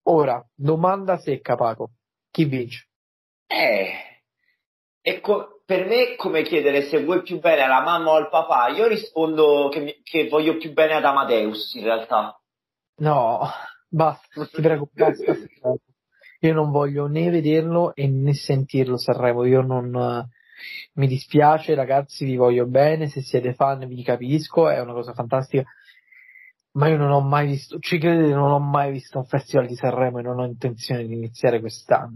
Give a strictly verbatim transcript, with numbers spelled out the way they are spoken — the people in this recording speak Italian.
Ora, domanda secca, Paco. Chi vince? Eh, e co- per me è come chiedere se vuoi più bene alla mamma o al papà. Io rispondo che, mi- che voglio più bene ad Amadeus, in realtà. No, basta, ti prego, basta. Sanremo. Io non voglio né vederlo e né sentirlo Sanremo. Io non eh, mi dispiace, ragazzi, vi voglio bene. Se siete fan, vi capisco, è una cosa fantastica. Ma io non ho mai visto, ci credete, non ho mai visto un festival di Sanremo e non ho intenzione di iniziare quest'anno.